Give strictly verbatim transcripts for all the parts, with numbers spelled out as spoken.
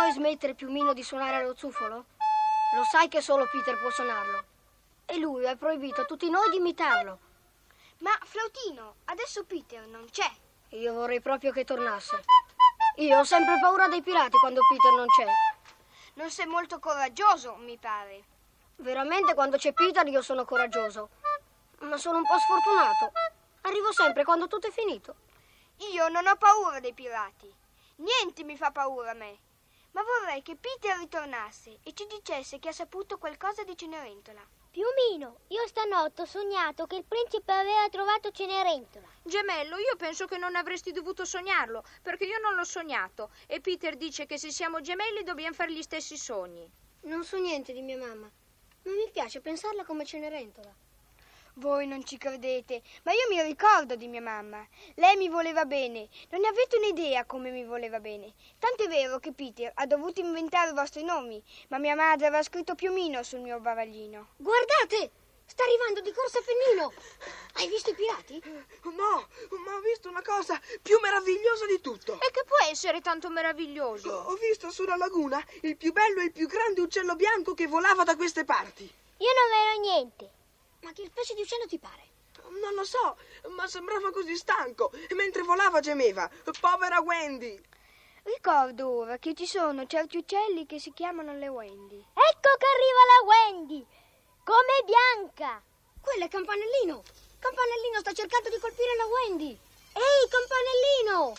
vuoi smettere, Piumino, di suonare lo zufolo? Lo sai che solo Peter può suonarlo. E lui ha proibito a tutti noi di imitarlo. Ma, Flautino, adesso Peter non c'è. Io vorrei proprio che tornasse. Io ho sempre paura dei pirati quando Peter non c'è. Non sei molto coraggioso, mi pare. Veramente quando c'è Peter io sono coraggioso. Ma sono un po' sfortunato. Arrivo sempre quando tutto è finito. Io non ho paura dei pirati. Niente mi fa paura a me. Ma vorrei che Peter ritornasse e ci dicesse che ha saputo qualcosa di Cenerentola. Piumino, io stanotte ho sognato che il principe aveva trovato Cenerentola. Gemello, io penso che non avresti dovuto sognarlo, perché io non l'ho sognato. E Peter dice che se siamo gemelli dobbiamo fare gli stessi sogni. Non so niente di mia mamma, ma mi piace pensarla come Cenerentola. Voi non ci credete, ma io mi ricordo di mia mamma. Lei mi voleva bene. Non ne avete un'idea come mi voleva bene. Tanto è vero che Peter ha dovuto inventare i vostri nomi, ma mia madre aveva scritto Piumino sul mio bavaglino. Guardate! Sta arrivando di corsa Pennino! Hai visto i pirati? No, ma ho visto una cosa più meravigliosa di tutto. E che può essere tanto meraviglioso? Ho visto sulla laguna il più bello e il più grande uccello bianco che volava da queste parti. Io non vedo niente. Ma che specie di uccello ti pare? Non lo so, ma sembrava così stanco e mentre volava gemeva. Povera Wendy! Ricordo ora che ci sono certi uccelli che si chiamano le Wendy. Ecco che arriva la Wendy! Come bianca! Quello è Campanellino! Campanellino sta cercando di colpire la Wendy! Ehi, Campanellino!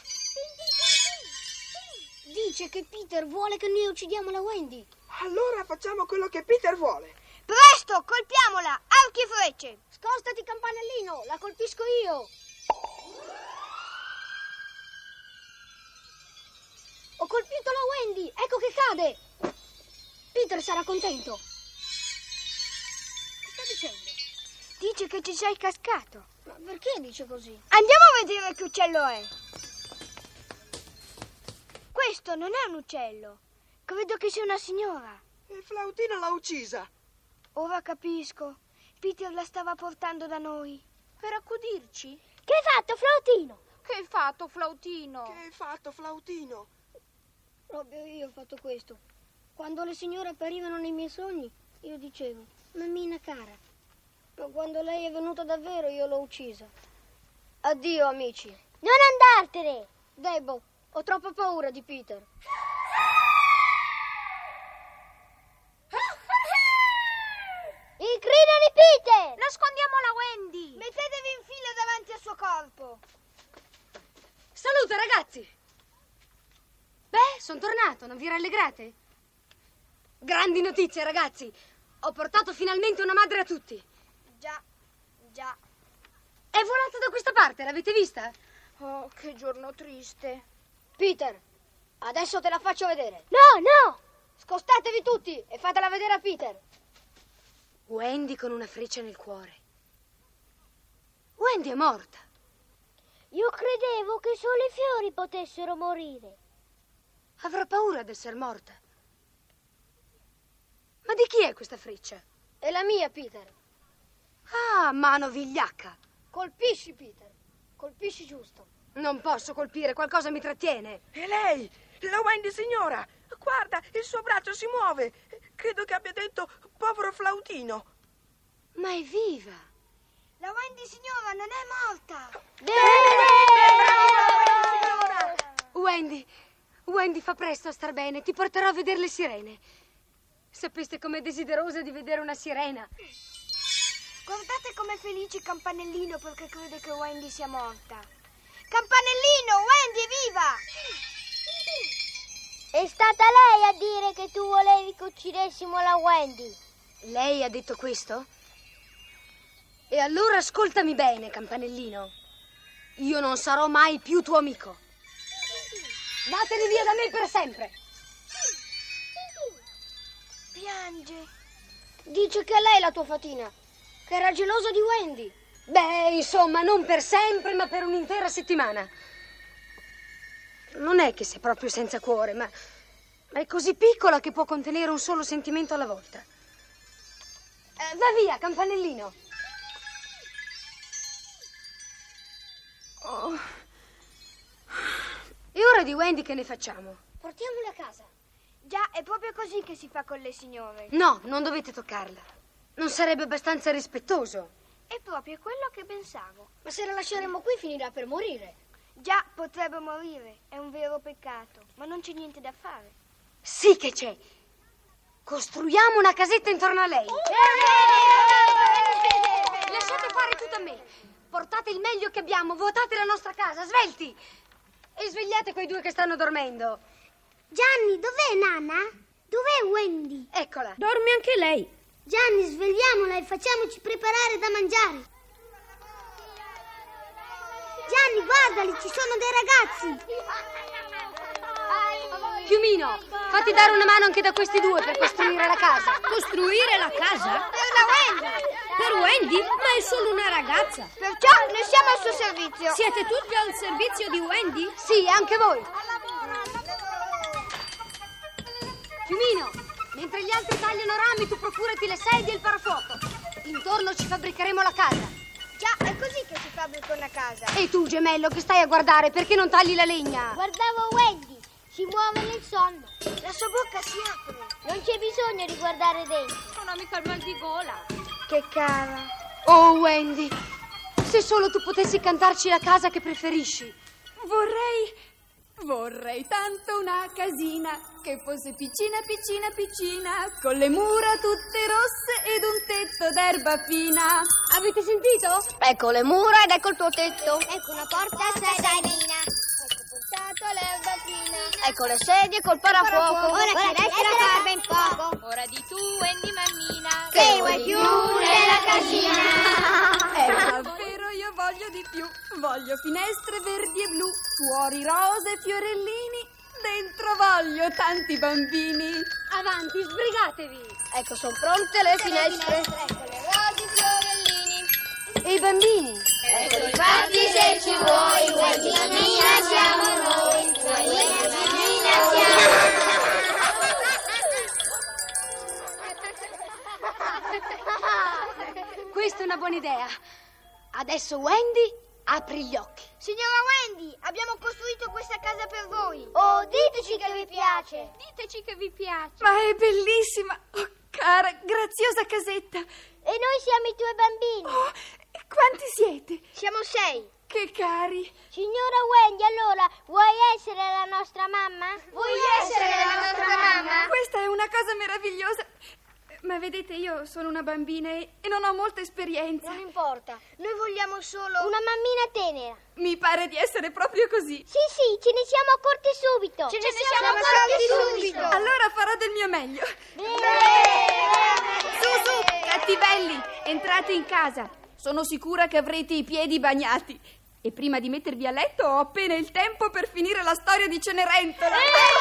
Dice che Peter vuole che noi uccidiamo la Wendy. Allora facciamo quello che Peter vuole. Presto, colpiamola! Archi e frecce! Scostati, Campanellino, la colpisco io! Ho colpito la Wendy, ecco che cade! Peter sarà contento. Che sta dicendo? Dice che ci sei cascato. Ma perché dice così? Andiamo a vedere che uccello è. Questo non è un uccello. Credo che sia una signora. Il Flautino l'ha uccisa. Ora capisco. Peter la stava portando da noi. Per accudirci? Che hai fatto, Flautino? Che hai fatto, Flautino? Che hai fatto, Flautino? Proprio io ho fatto questo. Quando le signore apparivano nei miei sogni, io dicevo, mammina cara. Ma quando lei è venuta davvero, io l'ho uccisa. Addio, amici. Non andartene! Debbo, ho troppa paura di Peter. Il grido di Peter! Nascondiamo la Wendy! Mettetevi in fila davanti al suo corpo. Salute, ragazzi! Beh, sono tornato, non vi rallegrate? Grandi notizie, ragazzi! Ho portato finalmente una madre a tutti. Già, già. È volata da questa parte, l'avete vista? Oh, che giorno triste. Peter, adesso te la faccio vedere. No, no! Scostatevi tutti e fatela vedere a Peter. Wendy con una freccia nel cuore. Wendy è morta. Io credevo che solo i fiori potessero morire. Avrà paura d'essere morta. Ma di chi è questa freccia? È la mia, Peter. Ah, mano vigliacca. Colpisci, Peter. Colpisci giusto. Non posso colpire, qualcosa mi trattiene. E lei? La Wendy signora? Guarda, il suo braccio si muove. Credo che abbia detto povero Flautino. Ma è viva. La Wendy signora non è morta. Wendy, Wendy fa presto a star bene. Ti porterò a vedere le sirene. Sapeste com'è desiderosa di vedere una sirena? Guardate com'è felice Campanellino perché crede che Wendy sia morta. Campanellino, Wendy è viva! È stata lei a dire che tu volevi che uccidessimo la Wendy. Lei ha detto questo? E allora ascoltami bene, Campanellino. Io non sarò mai più tuo amico. Vattene via da me per sempre. Piange. Dice che è lei la tua fatina, che era gelosa di Wendy. Beh, insomma, non per sempre, ma per un'intera settimana. Non è che sia proprio senza cuore, ma, ma è così piccola che può contenere un solo sentimento alla volta. Eh, va via, Campanellino. Oh. E ora di Wendy che ne facciamo? Portiamola a casa. Già, è proprio così che si fa con le signore. No, non dovete toccarla. Non sarebbe abbastanza rispettoso. È proprio quello che pensavo. Ma se la lasceremo qui finirà per morire. Già, potrebbe morire. È un vero peccato. Ma non c'è niente da fare. Sì che c'è. Costruiamo una casetta intorno a lei. Lasciate fare tutto a me. Portate il meglio che abbiamo, votate la nostra casa, svelti. E svegliate quei due che stanno dormendo. Gianni, dov'è Nana? Dov'è Wendy? Eccola. Dorme anche lei. Gianni, svegliamola e facciamoci preparare da mangiare. Gianni, guardali, ci sono dei ragazzi. Piumino, fatti dare una mano anche da questi due per costruire la casa. Costruire la casa? Per la Wendy! Per Wendy? Ma è solo una ragazza. Perciò noi siamo al suo servizio. Siete tutti al servizio di Wendy? Sì, anche voi. Piumino, mentre gli altri tagliano rami, tu procurati le sedie e il parafuoco. Intorno ci fabbricheremo la casa. Già, è così che si fabbrica una casa. E tu, gemello, che stai a guardare? Perché non tagli la legna? Guardavo Wendy, si muove nel sonno. La sua bocca si apre. Non c'è bisogno di guardare dentro. Non ho mica il mal di gola. Che cara. Oh, Wendy, se solo tu potessi cantarci la casa che preferisci. Vorrei, vorrei tanto una casina che fosse piccina, piccina, piccina, con le mura tutte rosse ed un tetto d'erba fina. Avete sentito? Ecco le mura ed ecco il tuo tetto. Ecco una porta assai carina. L'erba fina. Ecco le sedie col parafuoco. Ora che resta la farba in fuoco. Ora di tu, Wendy mammina. Che vuoi più nella casina? Eh, davvero io voglio di più. Voglio finestre verdi e blu, fuori rose e fiorellini, dentro voglio tanti bambini. Avanti, sbrigatevi. Ecco, sono pronte le finestre. Ecco le rose, i fiorellini. E i bambini? Ecco infatti se ci vuoi, Wendy mammina siamo noi. Wendy mammina siamo. Questa è una buona idea. Adesso Wendy apri gli occhi. Signora Wendy, abbiamo costruito questa casa per voi. Oh, diteci che vi piace. Diteci che vi piace. Ma è bellissima, oh cara, graziosa casetta. E noi siamo i tuoi bambini. Oh, e quanti siete? Siamo sei. Che cari. Signora Wendy, allora, vuoi essere la nostra mamma? Vuoi essere la nostra mamma? Questa è una cosa meravigliosa. Ma vedete, io sono una bambina e e non ho molta esperienza. Non importa, noi vogliamo solo... Una mammina tenera. Mi pare di essere proprio così. Sì, sì, ce ne siamo accorti subito. Ce ne siamo accorti subito. Allora farò del mio meglio. Su, su, cattivelli, entrate in casa. Sono sicura che avrete i piedi bagnati. E prima di mettervi a letto ho appena il tempo per finire la storia di Cenerentola.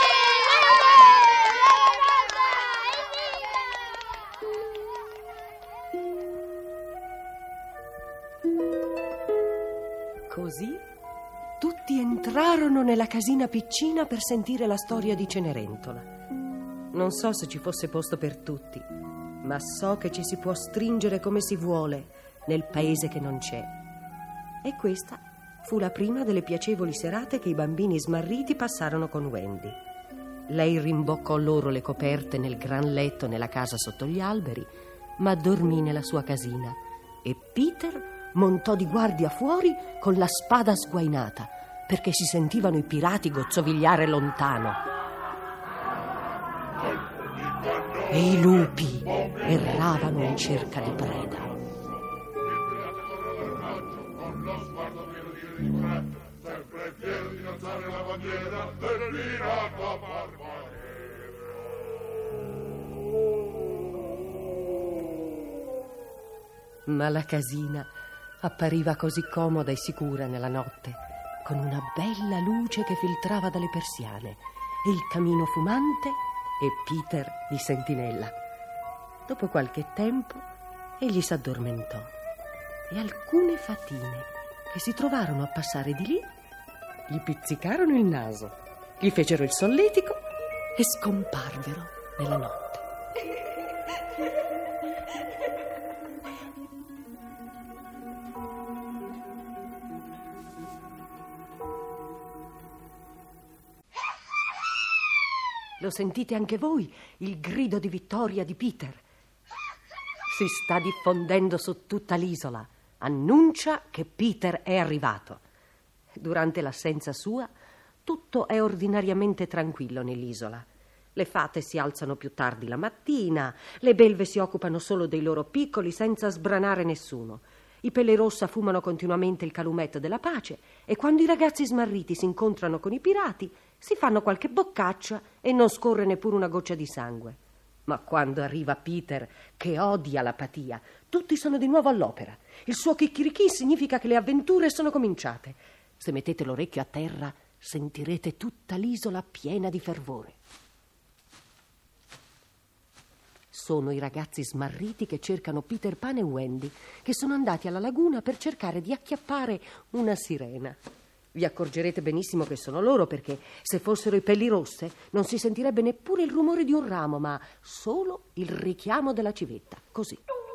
Così tutti entrarono nella casina piccina per sentire la storia di Cenerentola. Non so se ci fosse posto per tutti, ma so che ci si può stringere come si vuole nel paese che non c'è. E questa fu la prima delle piacevoli serate che i bambini smarriti passarono con Wendy. Lei rimboccò loro le coperte nel gran letto nella casa sotto gli alberi, ma dormì nella sua casina e Peter montò di guardia fuori con la spada sguainata perché si sentivano i pirati gozzovigliare lontano. E i lupi erravano in cerca di preda. Ma la casina appariva così comoda e sicura nella notte, con una bella luce che filtrava dalle persiane e il camino fumante e Peter di sentinella. Dopo qualche tempo egli s'addormentò e alcune fatine che si trovarono a passare di lì gli pizzicarono il naso, gli fecero il solletico e scomparvero nella notte. Lo sentite anche voi, il grido di vittoria di Peter? Si sta diffondendo su tutta l'isola. Annuncia che Peter è arrivato. Durante l'assenza sua, tutto è ordinariamente tranquillo nell'isola. Le fate si alzano più tardi la mattina, le belve si occupano solo dei loro piccoli senza sbranare nessuno. I Pellerossa fumano continuamente il calumetto della pace e quando i ragazzi smarriti si incontrano con i pirati si fanno qualche boccaccia e non scorre neppure una goccia di sangue. Ma quando arriva Peter, che odia l'apatia, tutti sono di nuovo all'opera. Il suo chicchirichì significa che le avventure sono cominciate. Se mettete l'orecchio a terra, sentirete tutta l'isola piena di fervore. Sono i ragazzi smarriti che cercano Peter Pan e Wendy, che sono andati alla laguna per cercare di acchiappare una sirena. Vi accorgerete benissimo che sono loro, perché se fossero i Pellirosse non si sentirebbe neppure il rumore di un ramo, ma solo il richiamo della civetta, così.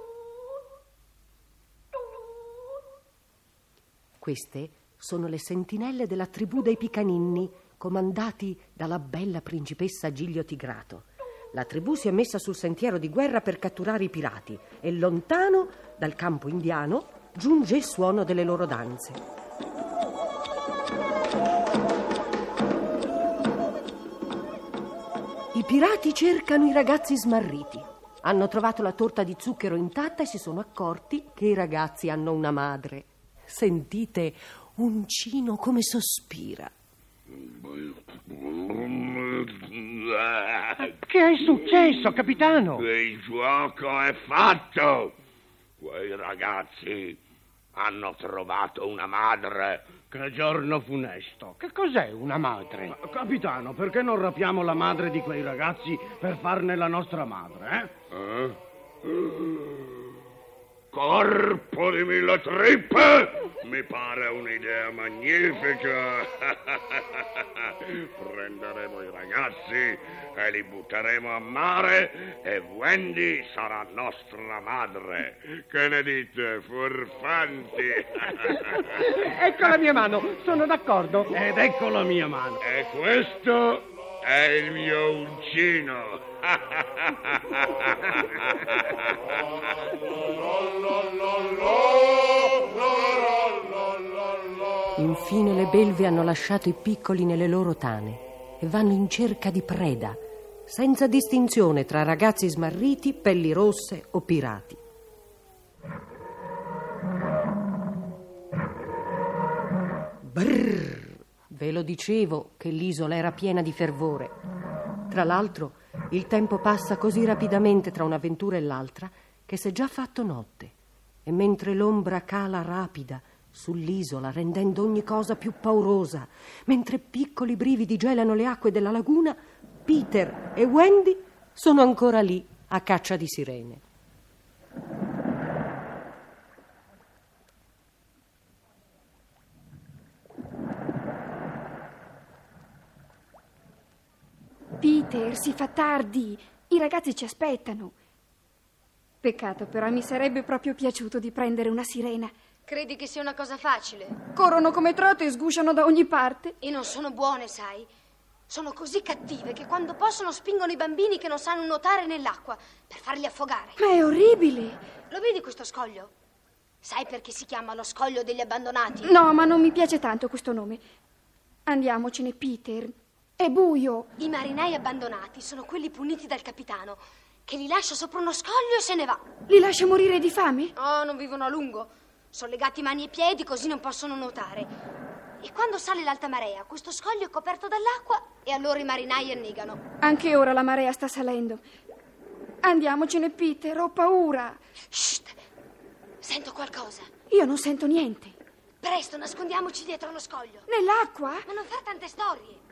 Queste sono le sentinelle della tribù dei Picaninni, comandati dalla bella principessa Giglio Tigrato. La tribù si è messa sul sentiero di guerra per catturare i pirati e lontano, dal campo indiano, giunge il suono delle loro danze. I pirati cercano i ragazzi smarriti. Hanno trovato la torta di zucchero intatta e si sono accorti che i ragazzi hanno una madre. Sentite Uncino come sospira. Che è successo, capitano? Il gioco è fatto. Quei ragazzi hanno trovato una madre. Che giorno funesto. Che cos'è una madre? Capitano, perché non rapiamo la madre di quei ragazzi per farne la nostra madre, eh? eh? Corpo di mille trippe! Mi pare un'idea magnifica. Prenderemo i ragazzi e li butteremo a mare e Wendy sarà nostra madre. Che ne dite, furfanti? Ecco la mia mano, sono d'accordo. Ed ecco la mia mano. E questo è il mio uncino. Infine le belve hanno lasciato i piccoli nelle loro tane e vanno in cerca di preda, senza distinzione tra ragazzi smarriti, pellirosse o pirati. Brrr! Ve lo dicevo che l'isola era piena di fervore. Tra l'altro, il tempo passa così rapidamente tra un'avventura e l'altra che s'è già fatto notte. E mentre l'ombra cala rapida sull'isola, rendendo ogni cosa più paurosa, mentre piccoli brividi gelano le acque della laguna, Peter e Wendy sono ancora lì a caccia di sirene. Peter, si fa tardi. I ragazzi ci aspettano. Peccato, però mi sarebbe proprio piaciuto di prendere una sirena. Credi che sia una cosa facile? Corrono come trote e sgusciano da ogni parte. E non sono buone, sai? Sono così cattive che quando possono spingono i bambini che non sanno nuotare nell'acqua per farli affogare. Ma è orribile. Lo vedi questo scoglio? Sai perché si chiama lo scoglio degli abbandonati? No, ma non mi piace tanto questo nome. Andiamocene, Peter. È buio. I marinai abbandonati sono quelli puniti dal capitano, che li lascia sopra uno scoglio e se ne va. Li lascia morire di fame? Oh, non vivono a lungo. Sono legati mani e piedi, così non possono nuotare. E quando sale l'alta marea, questo scoglio è coperto dall'acqua e allora i marinai annegano. Anche ora la marea sta salendo. Andiamocene, Peter, ho paura. Shh! Sento qualcosa. Io non sento niente. Presto, nascondiamoci dietro lo scoglio. Nell'acqua? Ma non far tante storie.